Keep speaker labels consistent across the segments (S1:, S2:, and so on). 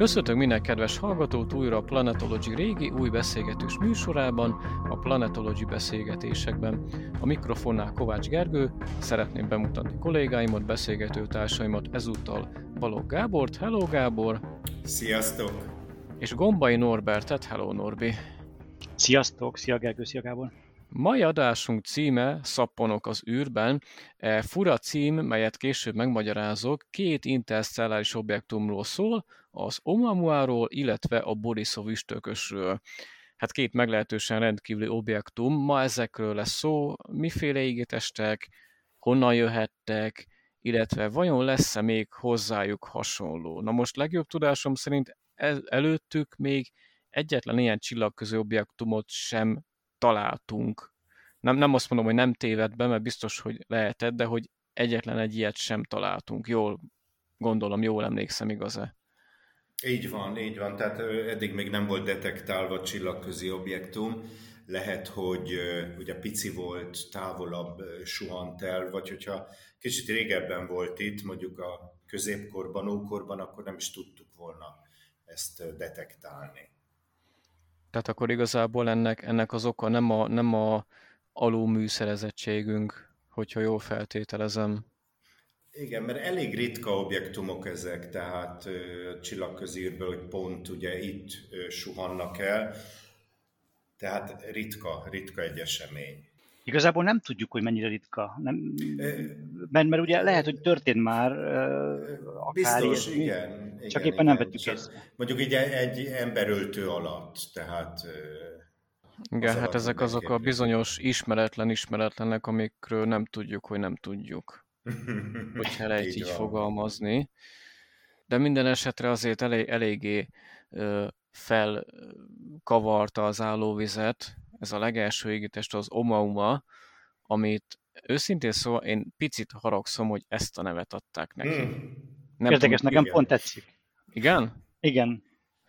S1: Köszöntök minden kedves hallgatót újra a Planetology régi új beszélgetős műsorában, a Planetology beszélgetésekben. A mikrofonnál Kovács Gergő, szeretném bemutatni kollégáimat, beszélgető társaimat, ezúttal Balogh Gábort. Hello Gábor!
S2: Sziasztok!
S1: És Gombai Norbertet. Hello Norbi!
S3: Sziasztok! Szia Gergő, szia Gábor!
S1: Mai adásunk címe Szappanok az űrben. Fura cím, melyet később megmagyarázok, két interstelláris objektumról szól, az Oumuamua-ról, illetve a Borisov üstökösről. Hát két meglehetősen rendkívüli objektum. Ma ezekről lesz szó, miféle égitestek, honnan jöhettek, illetve vajon lesz-e még hozzájuk hasonló. Na most legjobb tudásom szerint előttük még egyetlen ilyen csillagközi objektumot sem találtunk. Nem azt mondom, hogy nem téved be, mert biztos, hogy lehetett, de hogy egyetlen egy ilyet sem találtunk. Jól gondolom, jól emlékszem, igaz-e?
S2: Így van. Tehát eddig még nem volt detektálva csillagközi objektum. Lehet, hogy ugye pici volt, távolabb suhant el, vagy hogyha kicsit régebben volt itt, mondjuk a középkorban, ókorban, akkor nem is tudtuk volna ezt detektálni.
S1: Tehát akkor igazából ennek az oka nem a alulműszerezettségünk, hogyha jól feltételezem.
S2: Igen, mert elég ritka objektumok ezek, tehát csillagközi űrből, hogy pont ugye itt suhannak el, tehát ritka egy esemény.
S3: Igazából nem tudjuk, hogy mennyire ritka. Mert ugye lehet, hogy történt már akár
S2: biztos,
S3: ilyesmi,
S2: igen.
S3: Csak éppen nem vettük észre.
S2: Mondjuk így egy emberöltő alatt, tehát...
S1: Igen, hát ezek azok a bizonyos ismeretlenek, amikről nem tudjuk, hogy nem tudjuk. Hogyha lehet így fogalmazni. De minden esetre azért eléggé felkavarta az állóvizet. Ez a legelső égitest az Oumuamua, amit őszintén szóval én picit haragszom, hogy ezt a nevet adták neki.
S3: Érdekes, nekem pont tetszik.
S1: Igen?
S3: Igen.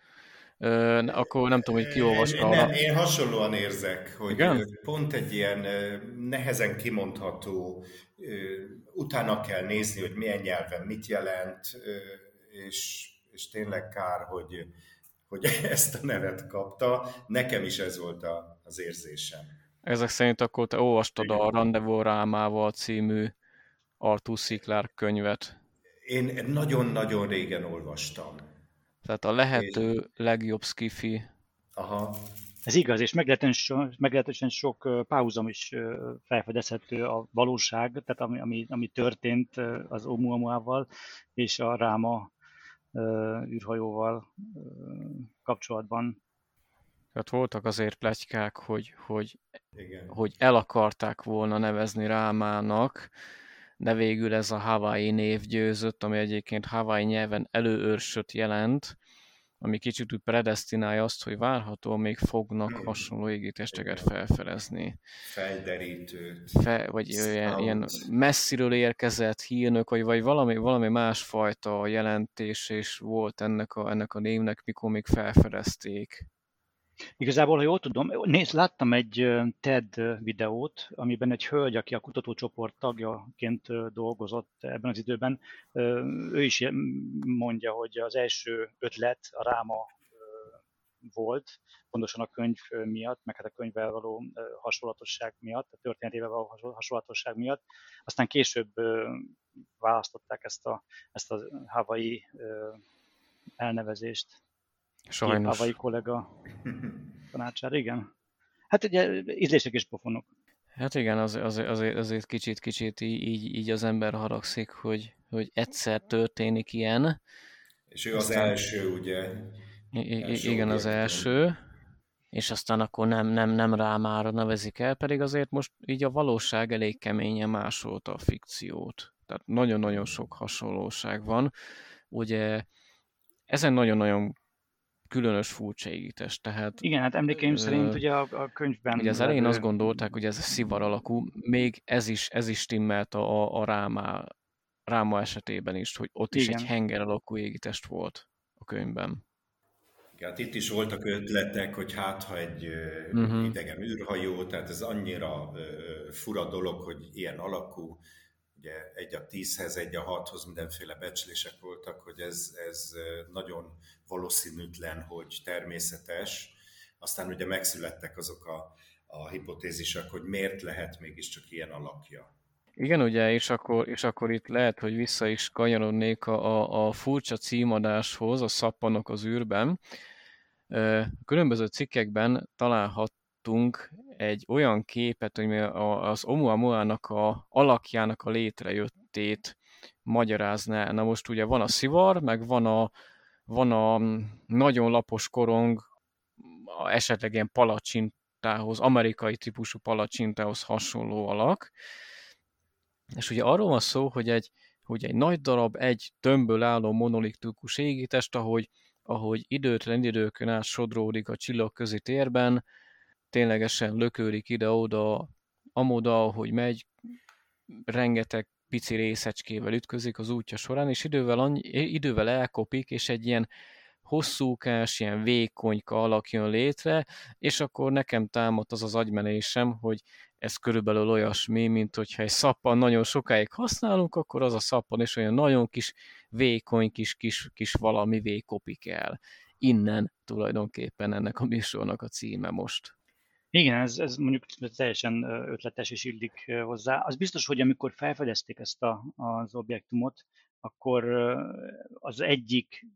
S1: Akkor nem tudom, hogy kiolvasta.
S2: Én hasonlóan érzek, hogy
S1: igen?
S2: Pont egy ilyen nehezen kimondható, utána kell nézni, hogy milyen nyelven mit jelent, és tényleg kár, hogy ezt a nevet kapta. Nekem is ez volt az érzésem.
S1: Ezek szerint akkor te olvastad a Rendezvous Rámával című Arthur C. Clarke könyvet.
S2: Én nagyon-nagyon régen olvastam.
S1: Tehát a lehető legjobb sci-fi.
S2: Aha.
S3: Ez igaz, és meglehetősen sok párhuzam is felfedezhető a valóság, tehát ami történt az Oumuamua-val és a Ráma űrhajóval kapcsolatban.
S1: Tehát voltak azért pletykák, hogy el akarták volna nevezni Rámának, de végül ez a Hawaii név győzött, ami egyébként Hawaii nyelven előőrsöt jelent, ami kicsit úgy predesztinálja azt, hogy várhatóan még fognak hasonló égitesteket felfedezni.
S2: Felderítőt.
S1: Vagy ilyen messziről érkezett hírnök, vagy valami másfajta jelentés és volt ennek a névnek, mikor még felfedezték.
S3: Igazából, ha jól tudom, láttam egy TED videót, amiben egy hölgy, aki a kutatócsoport tagjaként dolgozott ebben az időben, ő is mondja, hogy az első ötlet a Ráma volt, pontosan a könyv miatt, meg hát a könyvvel való hasonlatosság miatt, a történetével való hasonlatosság miatt. Aztán később választották ezt a Hawaii elnevezést.
S1: Sajnos.
S3: Hawaii kollega tanácsára, igen. Hát ugye ízlések és pofonok.
S1: Hát igen, azért kicsit így az ember haragszik, hogy egyszer történik ilyen.
S2: És ő az első, ugye?
S1: Igen, az első. És aztán akkor nem Rámára nevezik el, pedig azért most így a valóság elég keményen másolta a fikciót. Tehát nagyon-nagyon sok hasonlóság van. Ugye ezen nagyon-nagyon különös furcsa égitest, tehát...
S3: Igen, hát emlékeim szerint ugye a könyvben...
S1: Ugye az elején azt gondolták, hogy ez a szivar alakú, még ez is stimmelt a Ráma esetében is, hogy ott is egy henger alakú égitest volt a könyvben.
S2: Hát itt is voltak ötletek, hogy ha egy idegen űrhajó, tehát ez annyira fura dolog, hogy ilyen alakú, ugye 1/10-hez, 1/6-hoz mindenféle becslések voltak, hogy ez nagyon valószínűtlen, hogy természetes. Aztán ugye megszülettek azok a hipotézisek, hogy miért lehet mégiscsak ilyen alakja.
S1: Igen, ugye, és akkor itt lehet, hogy vissza is kanyarodnék a furcsa címadáshoz, a szappanok az űrben. Különböző cikkekben találhattunk egy olyan képet, hogy az Oumuamua-nak a alakjának a létrejöttét magyarázná. Na most ugye van a szivar, meg van a nagyon lapos korong, esetleg ilyen palacsintához, amerikai típusú palacsintához hasonló alak. És ugye arról van szó, hogy egy nagy darab, egy tömbből álló monolitikus égitest, ahogy időtlen időkön át sodródik a csillagközi térben, ténylegesen lökődik ide-oda, amoda, ahogy megy, rengeteg pici részecskével ütközik az útja során, és idővel elkopik, és egy ilyen hosszúkás, ilyen vékonyka alak jön létre, és akkor nekem támadt az az agymenésem, hogy ez körülbelül olyasmi, mint hogyha egy szappan nagyon sokáig használunk, akkor az a szappan is olyan nagyon kis, vékony, kis valamivé kopik el. Innen tulajdonképpen ennek a műsornak a címe most.
S3: Igen, ez mondjuk teljesen ötletes és illik hozzá. Az biztos, hogy amikor felfedezték ezt az objektumot, akkor az egyik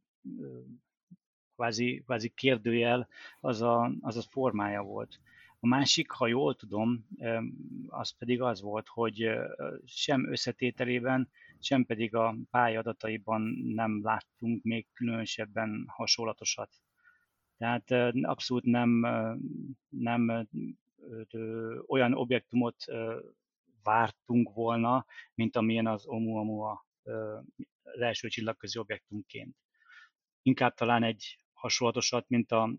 S3: kvázi kérdőjel az a formája volt. A másik, ha jól tudom, az pedig az volt, hogy sem összetételében, sem pedig a pályadataiban nem láttunk még különösebben hasonlatosat. Tehát abszolút nem olyan objektumot vártunk volna, mint amilyen az Oumuamua az első csillagközi objektumként. Inkább talán egy hasonlatosat, mint az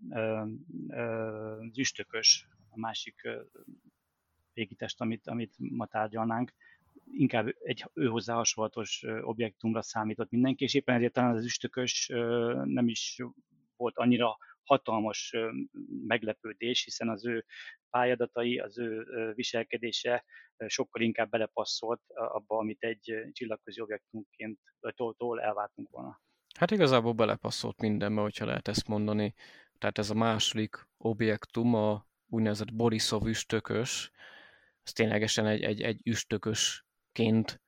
S3: üstökös, a másik égitest, amit ma tárgyalnánk. Inkább egy őhozzá hasonlatos objektumra számított mindenki, és éppen ezért talán az üstökös nem is volt annyira hatalmas meglepődés, hiszen az ő pályadatai, az ő viselkedése sokkal inkább belepasszolt abba, amit egy csillagközi objektumként elváltunk volna.
S1: Hát igazából belepasszolt mindenbe, hogyha lehet ezt mondani. Tehát ez a második objektum, a úgynevezett Borisov üstökös, ez ténylegesen egy üstökösként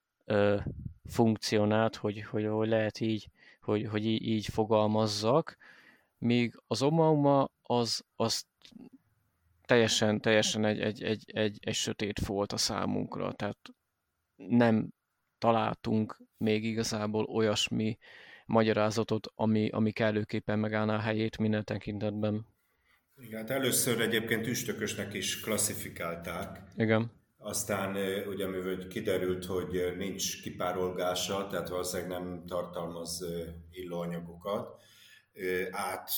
S1: funkcionált, hogy lehet így, hogy így fogalmazzak. Míg az Oumuamua az teljesen egy sötét folt a számunkra, tehát nem találtunk még igazából olyasmi magyarázatot, ami kellőképpen megállná a helyét minden tekintetben.
S2: Igen, hát először egyébként üstökösnek is klasszifikálták.
S1: Igen.
S2: Aztán ugye mivel kiderült, hogy nincs kipárolgása, tehát valószínűleg nem tartalmaz illóanyagokat, át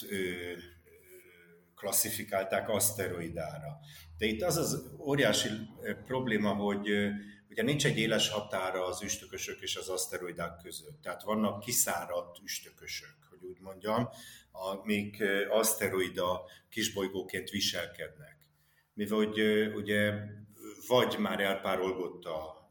S2: klasszifikálták aszteroidára. De itt az óriási probléma, hogy ugye nincs egy éles határa az üstökösök és az aszteroidák között. Tehát vannak kiszáradt üstökösök, hogy úgy mondjam, amik aszteroida kisbolygóként viselkednek. Mivel hogy ugye vagy már elpárolgott a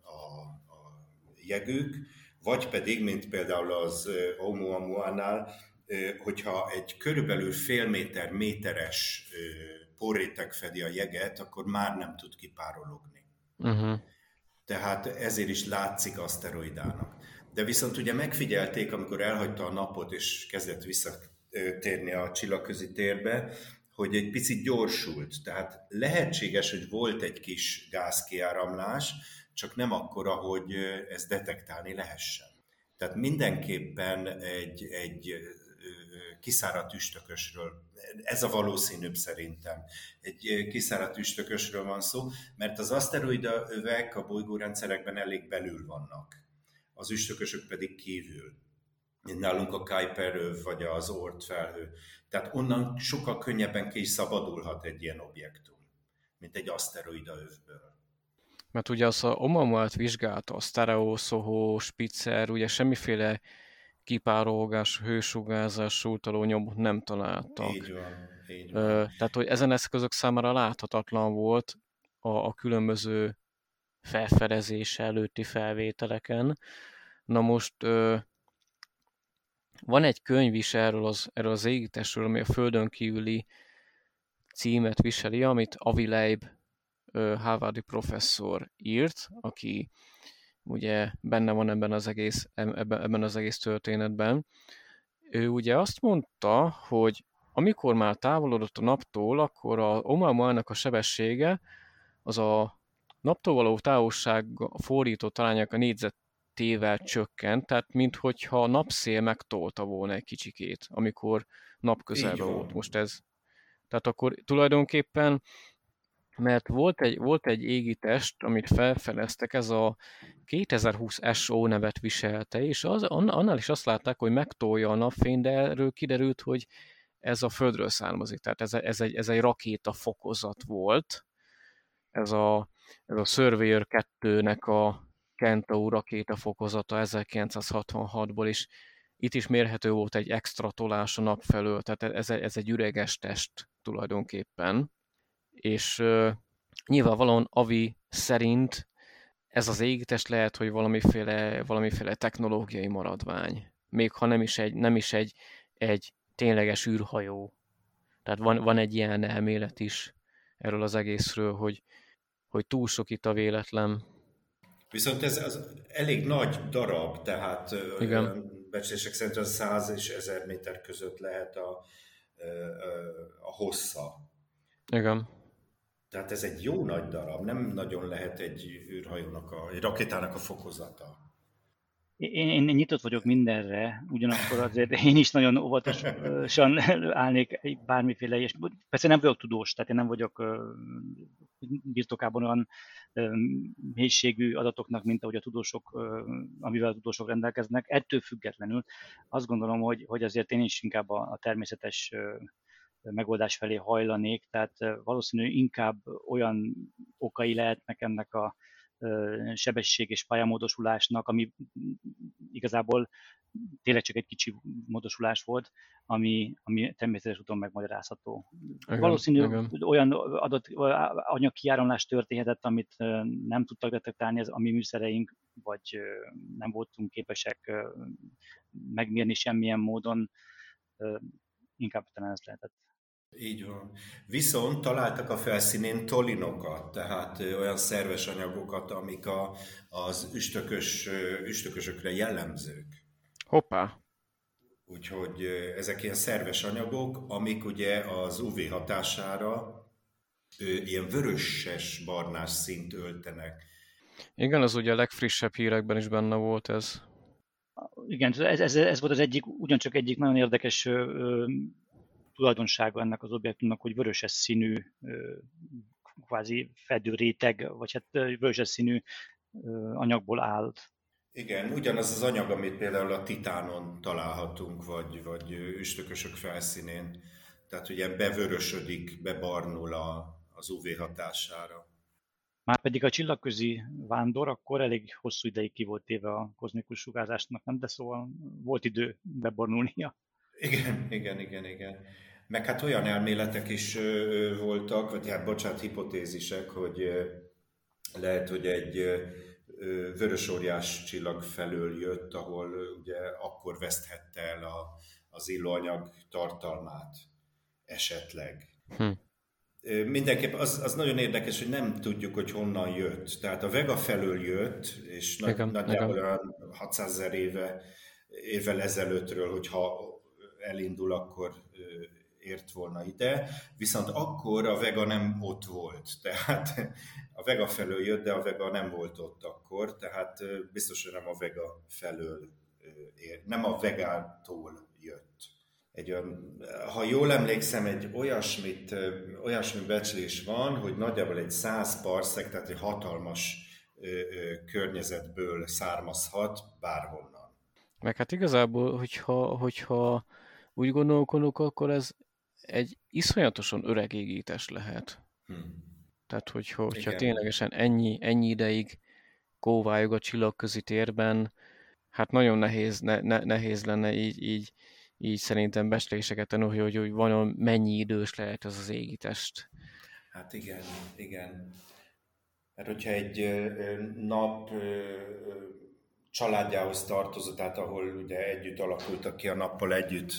S2: jegük, vagy pedig, mint például az Oumuamua-nál, hogyha egy körülbelül fél méteres porréteg fedi a jeget, akkor már nem tud kipárologni. Uh-huh. Tehát ezért is látszik aszteroidának. De viszont ugye megfigyelték, amikor elhagyta a napot és kezdett visszatérni a csillagközi térbe, hogy egy picit gyorsult. Tehát lehetséges, hogy volt egy kis gázkiáramlás, csak nem akkora, hogy ezt detektálni lehessen. Tehát mindenképpen egy kiszáradt üstökösről, ez a valószínűbb szerintem, egy kiszáradt üstökösről van szó, mert az aszteroida övek a bolygórendszerekben elég belül vannak, az üstökösök pedig kívül. Nálunk a Kuiper öv vagy az Oort felhő. Tehát onnan sokkal könnyebben ki is szabadulhat egy ilyen objektum, mint egy aszteroida övből.
S1: Mert ugye az a Oumuamua-t vizsgálta, a Stereo, SOHO, Spitzer, ugye semmiféle kipárolgás, hősugárzás, súlytaló nyomot nem találtak.
S2: Így van.
S1: Tehát, hogy ezen eszközök számára láthatatlan volt a különböző felfedezése előtti felvételeken. Na most van egy könyv is erről az égitestről, ami a Földön kívüli címet viseli, amit Avi Leib harvardi professzor írt, aki ugye benne van ebben az egész történetben. Ő ugye azt mondta, hogy amikor már távolodott a naptól, akkor a Oumuamua-nak a sebessége az a naptól való távolság fordított arányának a négyzetével csökkent, tehát minthogyha a napszél megtolta volna egy kicsikét, amikor napközelben volt. Most ez. Tehát akkor tulajdonképpen, mert volt egy égitest, amit felfedeztek, ez a 2020 SO nevet viselte, és annál is azt látták, hogy megtolja a napfényt, de erről kiderült, hogy ez a Földről származik, tehát ez egy rakéta fokozat volt. Ez a Surveyor 2-nek a Kentaur rakéta fokozata 1966-ból, és itt is mérhető volt egy extra tolás a nap felől, tehát ez egy üreges test tulajdonképpen. És nyilvánvalóan Avi szerint ez az égitest lehet, hogy valamiféle technológiai maradvány. Még ha nem is egy tényleges űrhajó. Tehát van egy ilyen elmélet is erről az egészről, hogy túl sok itt a véletlen.
S2: Viszont ez az elég nagy darab, tehát becslések szerint az 100 és 1000 méter között lehet a hossza.
S1: Igen.
S2: Tehát ez egy jó nagy darab, nem nagyon lehet egy űrhajónak, egy rakétának a fokozata.
S3: Én nyitott vagyok mindenre, ugyanakkor azért én is nagyon óvatosan állnék bármiféle, és persze nem vagyok tudós, tehát én nem vagyok birtokában olyan mélységű adatoknak, mint ahogy amivel a tudósok rendelkeznek. Ettől függetlenül azt gondolom, hogy azért én is inkább a természetes megoldás felé hajlanék, tehát valószínű inkább olyan okai lehetnek ennek a sebesség és pályamódosulásnak, ami igazából tényleg csak egy kicsi módosulás volt, ami természetes úton megmagyarázható.
S1: Igen,
S3: valószínű
S1: igen.
S3: olyan anyagkiáramlás történhetett, amit nem tudtak detektálni az a mi műszereink, vagy nem voltunk képesek megmérni semmilyen módon, inkább talán ez lehetett.
S2: Így van. Viszont találtak a felszínén tolinokat, tehát olyan szerves anyagokat, amik az üstökösökre jellemzők.
S1: Hoppá!
S2: Úgyhogy ezek ilyen szerves anyagok, amik ugye az UV hatására ilyen vöröses barnás színt öltenek.
S1: Igen, az ugye a legfrissebb hírekben is benne volt ez.
S3: Igen, ez volt az egyik, ugyancsak egyik nagyon érdekes tulajdonsága ennek az objektumnak, hogy vöröses színű kvázi fedőréteg, vagy hát vöröses színű anyagból állt.
S2: Igen, ugyanaz az anyag, amit például a titánon találhatunk, vagy üstökösök felszínén. Tehát ugye bevörösödik, bebarnul az UV hatására.
S3: Márpedig a csillagközi vándor akkor elég hosszú ideig ki volt téve a kozmikus sugárzásnak, nem? De szóval volt idő bebornulnia.
S2: Igen. Meg hát olyan elméletek is voltak, vagy hát bocsánat, hipotézisek, hogy lehet, hogy egy vörösóriás csillag felől jött, ahol ugye akkor veszthette el az illóanyag tartalmát esetleg. Mindenképp az nagyon érdekes, hogy nem tudjuk, hogy honnan jött. Tehát a Vega felől jött, és nagyjából 600 000 évvel ezelőttről, hogyha elindul, akkor ért volna ide, viszont akkor a Vega nem ott volt, tehát a Vega felől jött, de a Vega nem volt ott akkor, tehát biztos, hogy nem a Vega felől nem a Vegától jött. Ha jól emlékszem, egy olyasmi becslés van, hogy nagyjából egy 100 parsec, tehát egy hatalmas környezetből származhat bárhonnan.
S1: Meg hát igazából, hogyha úgy gondolkodok, akkor ez egy iszonyatosan öreg égítés lehet. Tehát, hogyha ténylegesen ennyi ideig kóvályog a csillagközi térben, hát nagyon nehéz lenne így szerintem becsléseket tenni, hogy vajon mennyi idős lehet ez az égitest.
S2: Hát igen. Mert hogyha egy nap családjához tartozott, tehát ahol ugye együtt alakultak ki a nappal együtt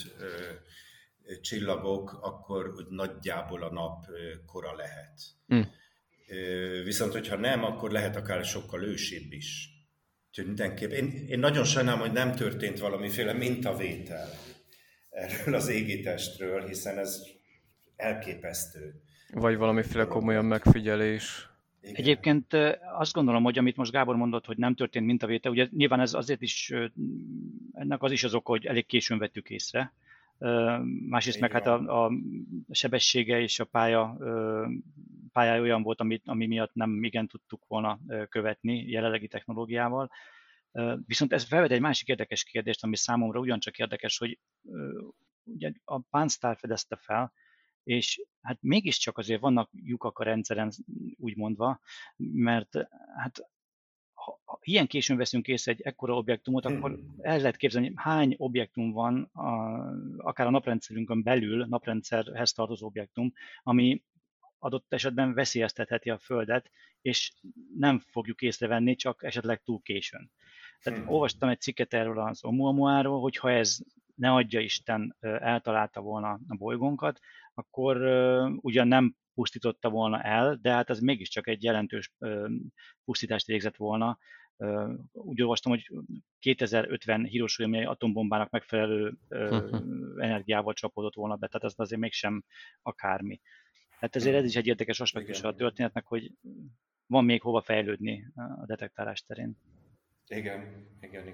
S2: csillagok, akkor úgy nagyjából a nap kora lehet. Viszont, hogyha nem, akkor lehet akár sokkal ősibb is. Úgyhogy mindenképp. Én nagyon sajnálom, hogy nem történt valamiféle mintavétel erről az égitestről, hiszen ez elképesztő.
S1: Vagy valamiféle komolyan megfigyelés.
S3: Igen. Egyébként azt gondolom, hogy amit most Gábor mondott, hogy nem történt mintavétel, ugye nyilván ez azért is, ennek az is az oka, hogy elég későn vettük észre. Másrészt meg hát a sebessége és a pályája olyan volt, ami miatt nem igen tudtuk volna követni jelenlegi technológiával. Viszont ez felvet egy másik érdekes kérdést, ami számomra ugyancsak érdekes, hogy ugye a Pan-STARRS fedezte fel, és hát mégiscsak azért vannak lyukak a rendszeren, úgy mondva, mert hát ha ilyen későn veszünk észre egy ekkora objektumot, akkor el lehet képzelni, hogy hány objektum van, akár a naprendszerünkön belül, naprendszerhez tartozó objektum, ami adott esetben veszélyeztetheti a Földet, és nem fogjuk észrevenni, csak esetleg túl későn. Tehát olvastam egy cikket erről az Oumuamua-ról, hogy ha ez ne adja Isten eltalálta volna a bolygónkat, akkor ugyan nem pusztította volna el, de hát ez mégiscsak egy jelentős pusztítást végzett volna. Úgy olvastam, hogy 2050 Hiroshimai atombombának megfelelő energiával csapódott volna be, tehát ez azért mégsem akármi. Tehát ezért ez is egy érdekes aspektus a történetnek, hogy van még hova fejlődni a detektálás terén.
S2: Igen.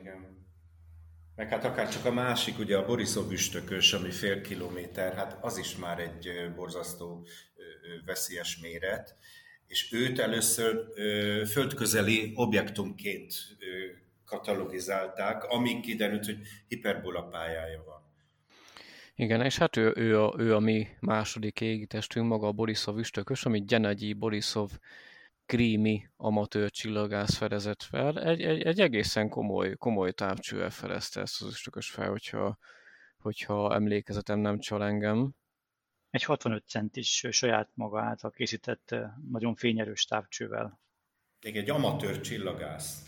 S2: Meg hát akár csak a másik, ugye a Borisov üstökös, ami fél kilométer, hát az is már egy borzasztó veszélyes méret, és őt először földközeli objektumként katalogizálták, amíg kiderült, hogy hiperbola pályája van.
S1: Igen, és hát ő a mi második égitestünk, maga a Borisov üstökös, amit Gyenagyi Borisov krími amatőr csillagász fedezett fel. Egy egészen komoly távcsővel fedezte ezt az üstökös fel, hogyha emlékezetem nem csal engem.
S3: Egy 65 centis saját maga által készített nagyon fényerős távcsővel.
S2: Igen, egy amatőr csillagász.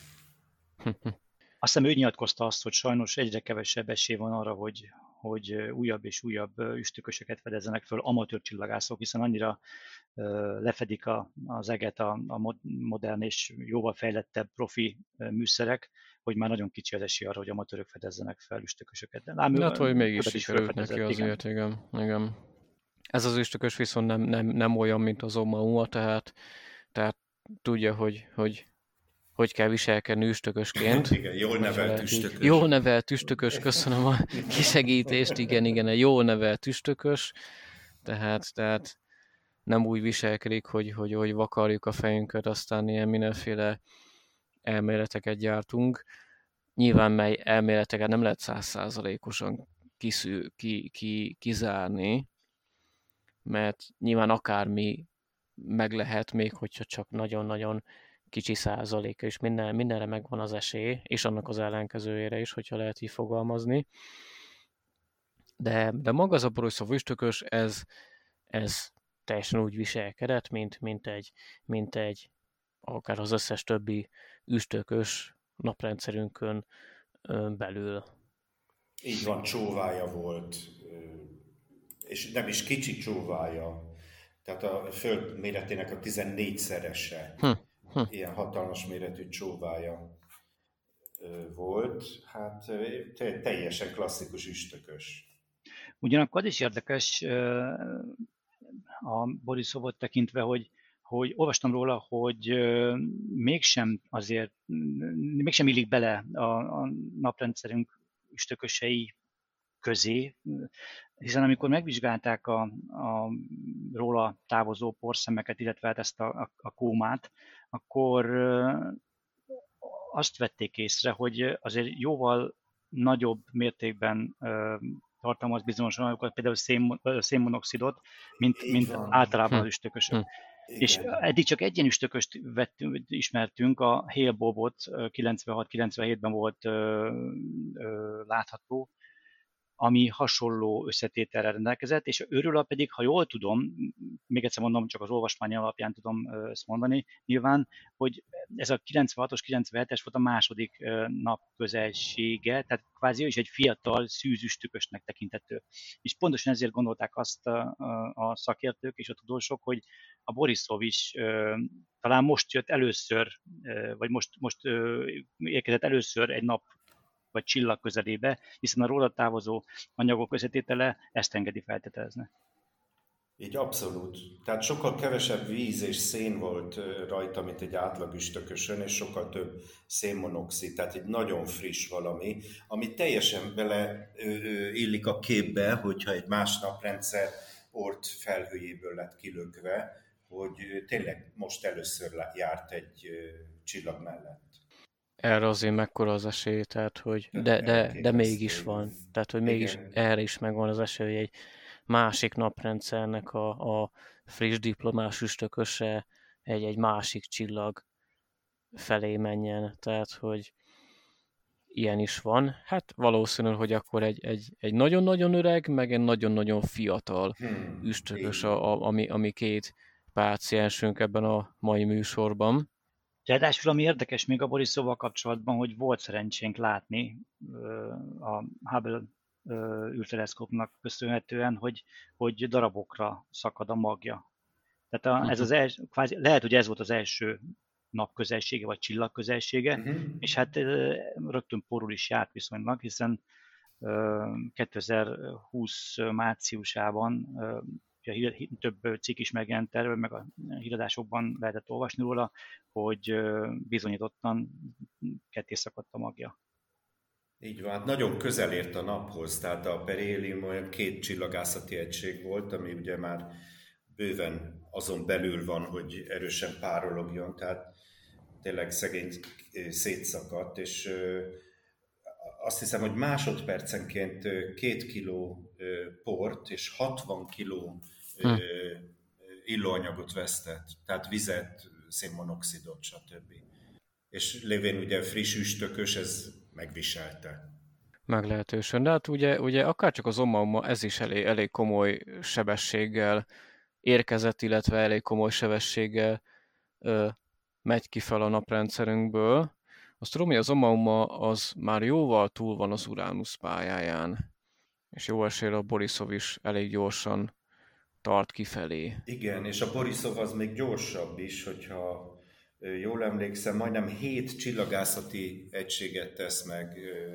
S3: Azt hiszem ő nyilatkozta azt, hogy sajnos egyre kevesebb esély van arra, hogy újabb és újabb üstökösöket fedezzenek föl amatőr csillagászok, hiszen annyira lefedik az eget a modern és jóval fejlettebb profi műszerek, hogy már nagyon kicsi az esély arra, hogy amatőrök fedezzenek fel üstökösöket.
S1: De hát, hogy mégis sikerült neki azért, igen. Ez az üstökös viszont nem olyan, mint az Oumuamua, tehát tudja, hogy kell viselkedni üstökösként.
S2: Igen, jól nevelt üstökös.
S1: Jól nevelt üstökös, köszönöm a kisegítést, igen, egy jól nevelt üstökös, tehát nem úgy viselkedik, hogy vakarjuk a fejünket, aztán ilyen mindenféle elméleteket gyártunk. Nyilván mely elméleteket nem lehet 100%-osan kizárni, mert nyilván akármi meg lehet, még hogyha csak nagyon-nagyon kicsi százaléka, és mindenre megvan az esély, és annak az ellenkezőjére is, hogyha lehet így fogalmazni. De maga az a Borisov üstökös, ez teljesen úgy viselkedett, mint egy akár az összes többi üstökös naprendszerünkön belül.
S2: Így van, csóvája volt, és nem is kicsi csóvája, tehát a Föld méretének a 14-szerese. Ilyen hatalmas méretű csóvája volt, hát teljesen klasszikus üstökös.
S3: Ugyanakkor az is érdekes a Borisovot tekintve, hogy olvastam róla, hogy mégsem illik bele a naprendszerünk üstökösei közé, hiszen amikor megvizsgálták a róla távozó porszemeket, illetve hát ezt a kómát, akkor azt vették észre, hogy azért jóval nagyobb mértékben tartalmaz bizonyos anyagokat, például szénmonoxidot, mint általában az üstökösök. És eddig csak egy ilyen üstököst ismertünk, a Hale-Bobot 96-97-ben volt látható, ami hasonló összetételre rendelkezett, és őről pedig, ha jól tudom, még egyszer mondom, csak az olvasmány alapján tudom ezt mondani, nyilván, hogy ez a 96-os, 97-es volt a második napközelsége, tehát kvázi ő is egy fiatal szűzüstökösnek tekintető. És pontosan ezért gondolták azt a szakértők és a tudósok, hogy a Borisov is talán most jött először, vagy most érkezett először egy nap vagy csillag közelébe, hiszen a róla távozó anyagok összetétele ezt engedi feltételezni.
S2: Így abszolút. Tehát sokkal kevesebb víz és szén volt rajta, mint egy átlag üstökösön, és sokkal több szénmonoxid, tehát egy nagyon friss valami, ami teljesen bele illik a képbe, hogyha egy más naprendszer Oort felhőjéből lett kilökve, hogy tényleg most először járt egy csillag mellett.
S1: Erre azért mekkora az esély, tehát hogy de mégis van. Tehát, hogy mégis erre is megvan az esély, hogy egy másik naprendszernek a friss diplomás üstököse egy másik csillag felé menjen. Tehát, hogy ilyen is van. Hát valószínű, hogy akkor egy nagyon-nagyon öreg, meg egy nagyon-nagyon fiatal üstökös, ami két páciensünk ebben a mai műsorban.
S3: Ráadásul ami érdekes még a Borisovval kapcsolatban, hogy volt szerencsénk látni a Hubble űrteleszkópnak köszönhetően, hogy darabokra szakad a magja. Tehát ez az első, kvázi, lehet, hogy ez volt az első napközelsége, vagy csillagközelsége, és hát rögtön porul is járt viszonylag, hiszen 2020 márciusában több cikk is megjelent erről, meg a híradásokban lehetett olvasni róla, hogy bizonyítottan ketté szakadt a magja.
S2: Így van, hát nagyon közel ért a naphoz, tehát a perihélium olyan 2 csillagászati egység volt, ami ugye már bőven azon belül van, hogy erősen párologjon, tehát tényleg szegény szétszakadt, és azt hiszem, hogy másodpercenként 2 kiló port és 60 kiló illóanyagot vesztett, tehát vizet, szénmonoxidot, stb. És lévén ugye friss üstökös, ez megviselte.
S1: Meglehetősen, de hát ugye akárcsak az Oumuamua, ez is elég komoly sebességgel érkezett, illetve elég komoly sebességgel megy ki fel a naprendszerünkből. Azt tudom, hogy az Oumuamua az már jóval túl van az Uránusz pályáján, és jó esélyre a Borisov is elég gyorsan tart kifelé.
S2: Igen, és a Borisov az még gyorsabb is, hogyha jól emlékszem, majdnem 7 csillagászati egységet tesz meg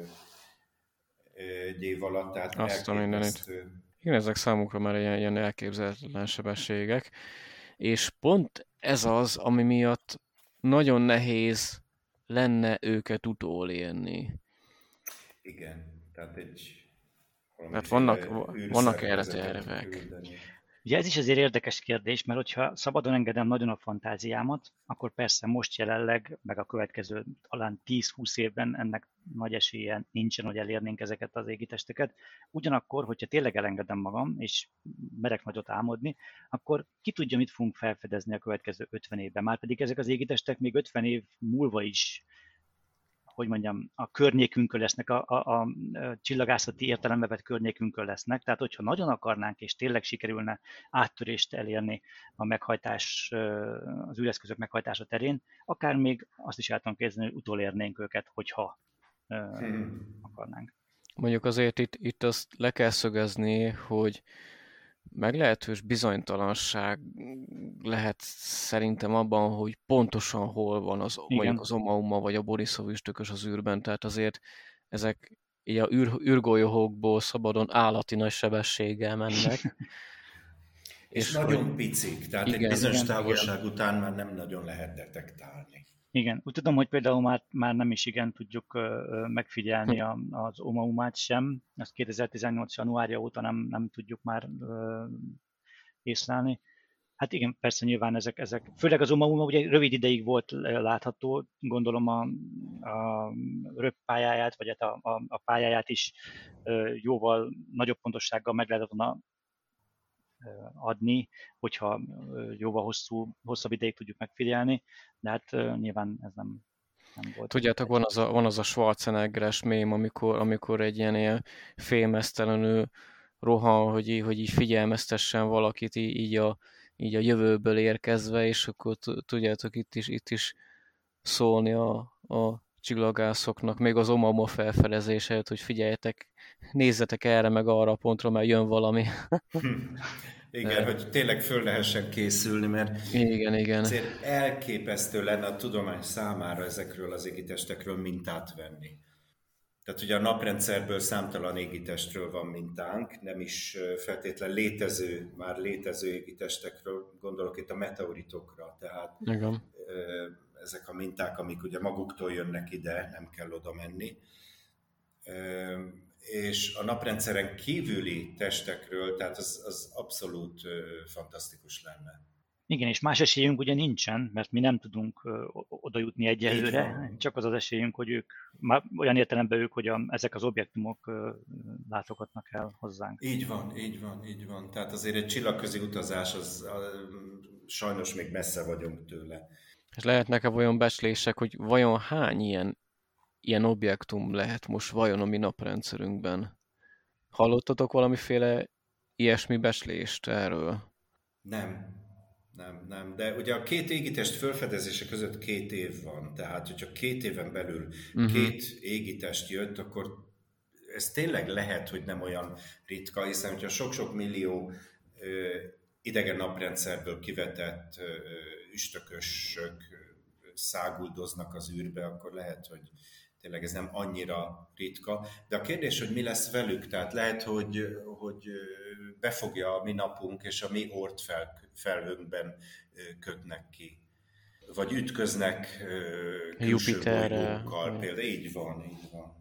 S2: egy év alatt, tehát
S1: azt a mindenit. Igen, ezek számukra már ilyen elképzelhetetlen sebességek, és pont ez az, ami miatt nagyon nehéz lenne őket utolérni.
S2: Igen, tehát
S1: tehát vannak erre tervek.
S3: Ugye ez is azért érdekes kérdés, mert hogyha szabadon engedem nagyon a fantáziámat, akkor persze most jelenleg, meg a következő talán 10-20 évben ennek nagy esélye nincsen, hogy elérnénk ezeket az égitesteket. Ugyanakkor, hogyha tényleg elengedem magam, és merek nagyot álmodni, akkor ki tudja, mit fogunk felfedezni a következő 50 évben. Márpedig ezek az égitestek még 50 év múlva is, hogy mondjam, a környékünkön lesznek, a csillagászati értelembe vett környékünkön lesznek. Tehát, hogyha nagyon akarnánk, és tényleg sikerülne áttörést elérni a meghajtás, az űreszközök meghajtása terén, akár még azt is el tudom képzelni, hogy utolérnénk őket, hogyha akarnánk.
S1: Mondjuk azért itt azt le kell szögezni, hogy meglehetős bizonytalanság lehet szerintem abban, hogy pontosan hol van mondjuk az Oumuamua vagy a Borisov üstökös az űrben, tehát azért ezek így a űrgolyókból szabadon állati nagy sebességgel mennek.
S2: és nagyon picik, tehát egy bizonyos távolság után már nem nagyon lehet detektálni.
S3: Igen, úgy tudom, hogy például már nem is igen tudjuk megfigyelni az Oumuamát sem. Ezt 2018. januárja óta nem tudjuk már észlelni. Hát igen, persze nyilván ezek főleg az Oumuamua ugye rövid ideig volt látható, gondolom a röppályáját, vagy a pályáját is jóval nagyobb pontossággal meg lehetett volna adni, hogyha jóval hosszabb ideig tudjuk megfigyelni, de hát nyilván ez nem nem volt
S1: Tudjátok, van az a Schwarzeneggeres mém, amikor egy ilyen félmeztelenül rohan, hogy így figyelmeztessen valakit így a jövőből érkezve, és akkor tudjátok itt is szólni a csillagászoknak, még az Omama felfedezése előtt, hogy figyeljetek, nézzetek erre meg arra a pontra, mert jön valami.
S2: Igen, hogy tényleg föl lehessen készülni, mert
S1: Igen.
S2: azért elképesztő lenne a tudomány számára ezekről az égitestekről mintát venni. Tehát ugye a naprendszerből számtalan égitestről van mintánk, nem is feltétlen már létező égitestekről, gondolok itt a meteoritokra, tehát
S1: Igen.
S2: ezek a minták, amik ugye maguktól jönnek ide, nem kell oda menni. És a naprendszeren kívüli testekről, tehát az abszolút fantasztikus lenne.
S3: Igen, és más esélyünk ugye nincsen, mert mi nem tudunk oda jutni egyelőre, csak az az esélyünk, hogy ők, már olyan értelemben ők, hogy ezek az objektumok látogatnak el hozzánk.
S2: Így van. Tehát azért egy csillagközi utazás, sajnos még messze vagyunk tőle.
S1: És lehetnek-e olyan becslések, hogy vajon hány ilyen objektum lehet most vajon a mi naprendszerünkben? Hallottatok valamiféle ilyesmi becslést erről?
S2: Nem. De ugye a két égitest felfedezése között 2 év van, tehát hogyha 2 éven belül 2 égitest jött, akkor ez tényleg lehet, hogy nem olyan ritka, hiszen hogyha sok-sok millió idegen naprendszerből kivetett üstökösök száguldoznak az űrbe, akkor lehet, hogy tényleg ez nem annyira ritka. De a kérdés, hogy mi lesz velük, tehát lehet, hogy befogja a mi napunk, és a mi Oort felhőnkben kötnek ki. Vagy ütköznek külső bolygókkal, például. Így van.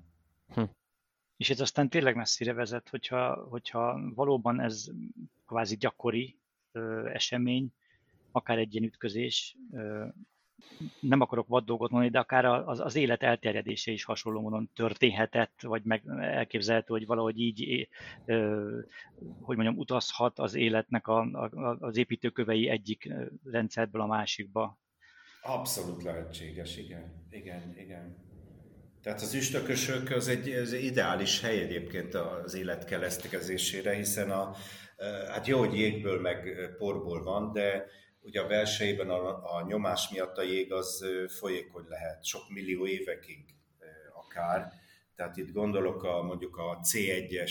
S3: És ez aztán tényleg messzire vezet, hogyha valóban ez kvázi gyakori esemény, akár egy ilyen ütközés, nem akarok vad dolgot mondani, de akár az élet elterjedése is hasonló módon történhetett, vagy meg elképzelhető, hogy valahogy így, hogy mondjam, utazhat az életnek az építőkövei egyik rendszerből a másikba.
S2: Abszolút lehetséges, igen. Tehát az üstökösök az egy ideális hely egyébként az élet keresztezésére, hiszen hát jó, hogy jégből meg porból van, de ugye a belsejében a nyomás miatt a jég az folyékony lehet, sok millió évekig akár. Tehát itt gondolok mondjuk a C1-es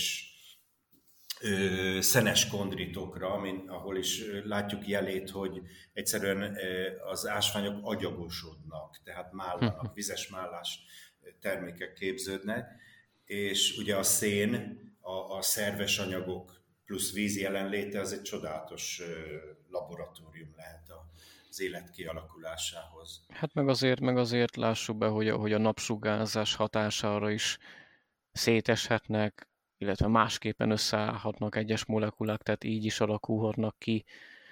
S2: szenes kondritokra, ahol is látjuk jelét, hogy egyszerűen az ásványok agyagosodnak, tehát mállanak, vizes mállás termékek képződnek, és ugye a szén, a szerves anyagok plusz víz jelenléte, az egy csodálatos laboratórium lehet az élet kialakulásához.
S1: Hát meg azért lássuk be, hogy a napsugárzás hatására is széteshetnek, illetve másképpen összeállhatnak egyes molekulák, tehát így is alakulhatnak ki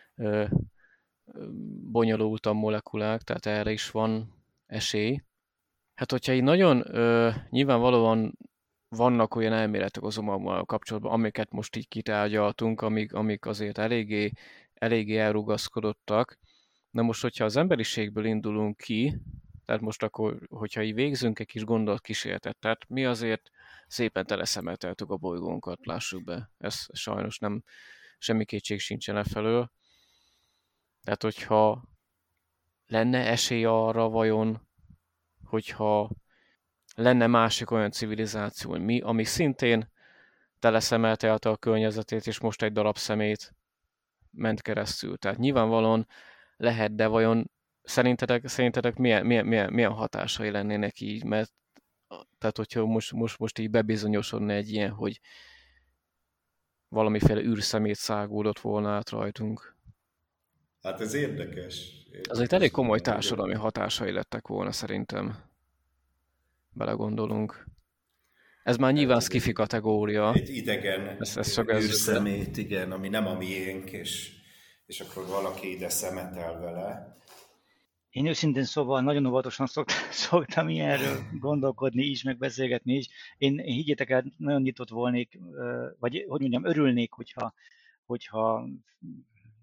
S1: bonyolultabb molekulák, tehát erre is van esély. Hát hogyha így nagyon nyilvánvalóan vannak olyan elméletek az omaggal kapcsolatban, amiket most így kitárgyaltunk, amik azért eléggé elrugaszkodottak. Na most, hogyha az emberiségből indulunk ki, tehát most akkor, hogyha így végzünk egy kis gondolatkísérletet, tehát mi azért szépen teleszemelteltük a bolygónkat, lássuk be. Ez sajnos nem, semmi kétség sincsen e felől. Tehát, hogyha lenne esély arra vajon, hogyha lenne másik olyan civilizáció, hogy mi, ami szintén teleszemelte a környezetét, és most egy darab szemét ment keresztül. Tehát nyilvánvalóan lehet, de vajon szerintetek milyen hatásai lennének így? Mert tehát, hogyha most így bebizonyosodna egy ilyen, hogy valamiféle űrszemét száguldott volna át rajtunk.
S2: Hát ez érdekes.
S1: Az egy elég komoly társadalmi hatásai lettek volna szerintem. Belegondolunk. Ez már nyilván sci-fi kategória.
S2: Egy idegen űrszemét, igen, ami nem a miénk, és akkor valaki ide szemetel vele.
S3: Én őszintén szóval nagyon óvatosan szoktam ilyenről gondolkodni is, meg beszélgetni is. Én higgyétek el, nagyon nyitott volnék, vagy hogy mondjam, örülnék, hogyha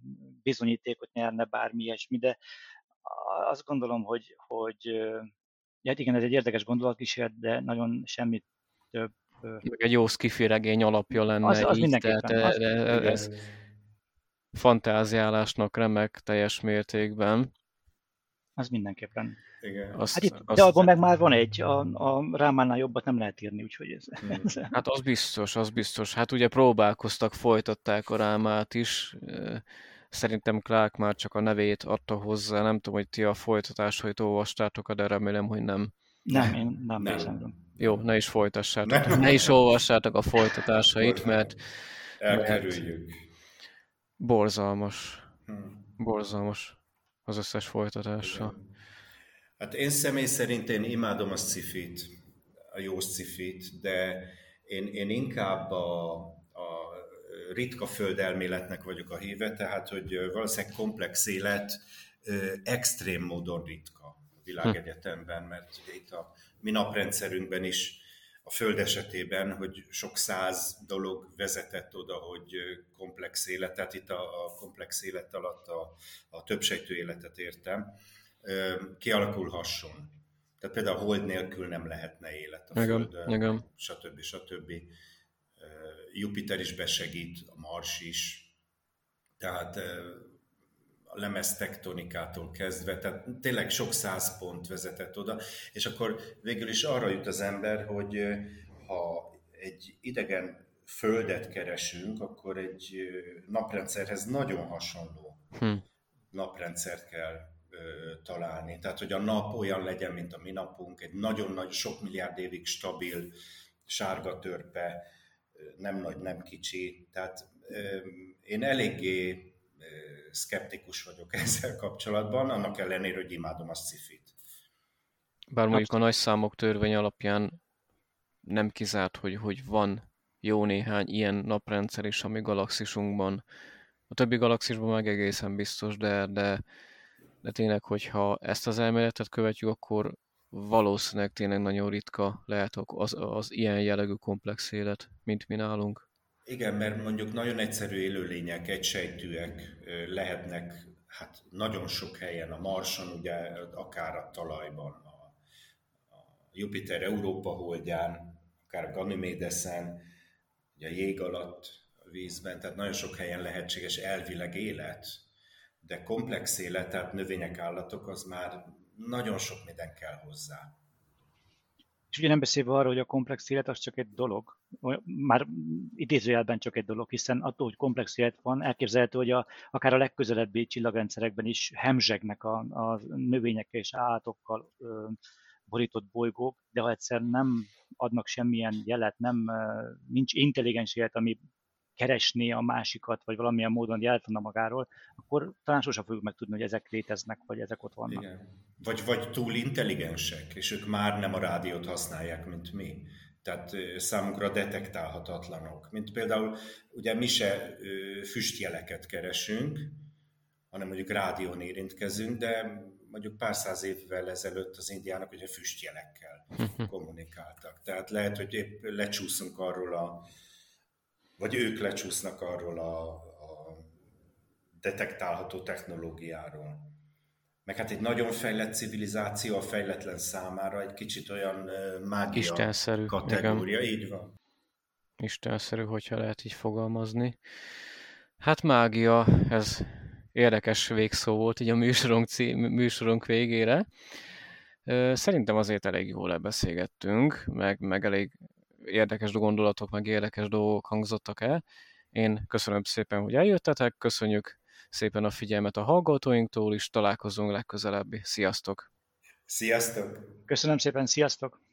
S3: bizonyítékot nyerne bármi ilyesmi, de azt gondolom, hogy Ja, hát igen, ez egy érdekes gondolatkísérlet, de nagyon semmit több.
S1: Meg egy jó sci-fi regény alapja lenne
S3: Az
S1: így, tehát
S3: mindenképpen.
S1: ez fantáziálásnak remek teljes mértékben.
S3: Az mindenképpen.
S2: Igen.
S3: Hát itt, de abban meg már van egy, a Rámánál jobbat nem lehet írni, úgyhogy ez...
S1: Hát az biztos. Hát ugye próbálkoztak, folytatták a Rámát is. Szerintem Clark már csak a nevét adta hozzá. Nem tudom, hogy ti a folytatásait olvastátok, de remélem, hogy nem.
S3: Nem, én nem hiszem.
S1: Jó, ne is folytassátok. Ne is olvassátok a folytatásait, mert
S2: elkerüljük.
S1: Borzalmas. Borzalmas az összes folytatása.
S2: Hát én személy szerint én imádom a sci-fit, a jó sci-fit, de én inkább a ritka földelméletnek vagyok a híve, tehát hogy valószínűleg komplex élet extrém módon ritka a világegyetemben, mert ugye itt a mi naprendszerünkben is a Föld esetében, hogy sok száz dolog vezetett oda, hogy komplex élet, tehát itt a komplex élet alatt a többsejtő életet értem, kialakulhasson. Tehát például a hold nélkül nem lehetne élet a Földön, stb. Jupiter is besegít, a Mars is, tehát a lemeztektonikától kezdve, tehát tényleg sok száz pont vezetett oda, és akkor végül is arra jut az ember, hogy ha egy idegen földet keresünk, akkor egy naprendszerhez nagyon hasonló naprendszert kell találni. Tehát, hogy a nap olyan legyen, mint a mi napunk, egy nagyon nagy, sok milliárd évig stabil, sárga törpe, nem nagy, nem kicsi. Tehát én eléggé szkeptikus vagyok ezzel kapcsolatban, annak ellenére, hogy imádom a sci-fit.
S1: Bár mondjuk a nagy számok törvény alapján nem kizárt, hogy van jó néhány ilyen naprendszer is a mi galaxisunkban. A többi galaxisban meg egészen biztos, de tényleg, hogyha ezt az elméletet követjük, akkor valószínűleg tényleg nagyon ritka lehet az ilyen jellegű komplex élet, mint mi nálunk.
S2: Igen, mert mondjuk nagyon egyszerű élőlények, egysejtűek lehetnek hát nagyon sok helyen, a Marson, ugye akár a talajban, a Jupiter Európa holdján, akár a Ganymédeszen, ugye a jég alatt, a vízben, tehát nagyon sok helyen lehetséges elvileg élet, de komplex élet, tehát növények, állatok, az már nagyon sok minden kell hozzá.
S3: És ugye nem beszélve arról, hogy a komplex élet az csak egy dolog, már idézőjelben csak egy dolog, hiszen attól, hogy komplex élet van, elképzelhető, hogy akár a legközelebbi csillagrendszerekben is hemzsegnek a növényekkel és állatokkal borított bolygók, de ha egyszer nem adnak semmilyen jelet, nincs intelligens élet, ami keresné a másikat, vagy valamilyen módon jelentene magáról, akkor talán sosem fogjuk megtudni, hogy ezek léteznek, vagy ezek ott vannak.
S2: Igen. Vagy túl intelligensek, és ők már nem a rádiót használják, mint mi. Tehát számunkra detektálhatatlanok. Mint például, ugye mi se füstjeleket keresünk, hanem mondjuk rádión érintkezünk, de mondjuk pár száz évvel ezelőtt az indiánok ugye füstjelekkel kommunikáltak. Tehát lehet, hogy épp lecsúszunk arról vagy ők lecsúsznak arról a detektálható technológiáról. Meg hát egy nagyon fejlett civilizáció a fejletlen számára egy kicsit olyan mágia
S1: istenszerű
S2: kategória, igen. Így van.
S1: Istenszerű, hogyha lehet így fogalmazni. Hát mágia, ez érdekes végszó volt így a műsorunk végére. Szerintem azért elég jól lebeszélgettünk, meg elég érdekes gondolatok, meg érdekes dolgok hangzottak el. Én köszönöm szépen, hogy eljöttetek, köszönjük szépen a figyelmet a hallgatóinktól is, találkozunk legközelebb. Sziasztok!
S2: Sziasztok!
S3: Köszönöm szépen, sziasztok!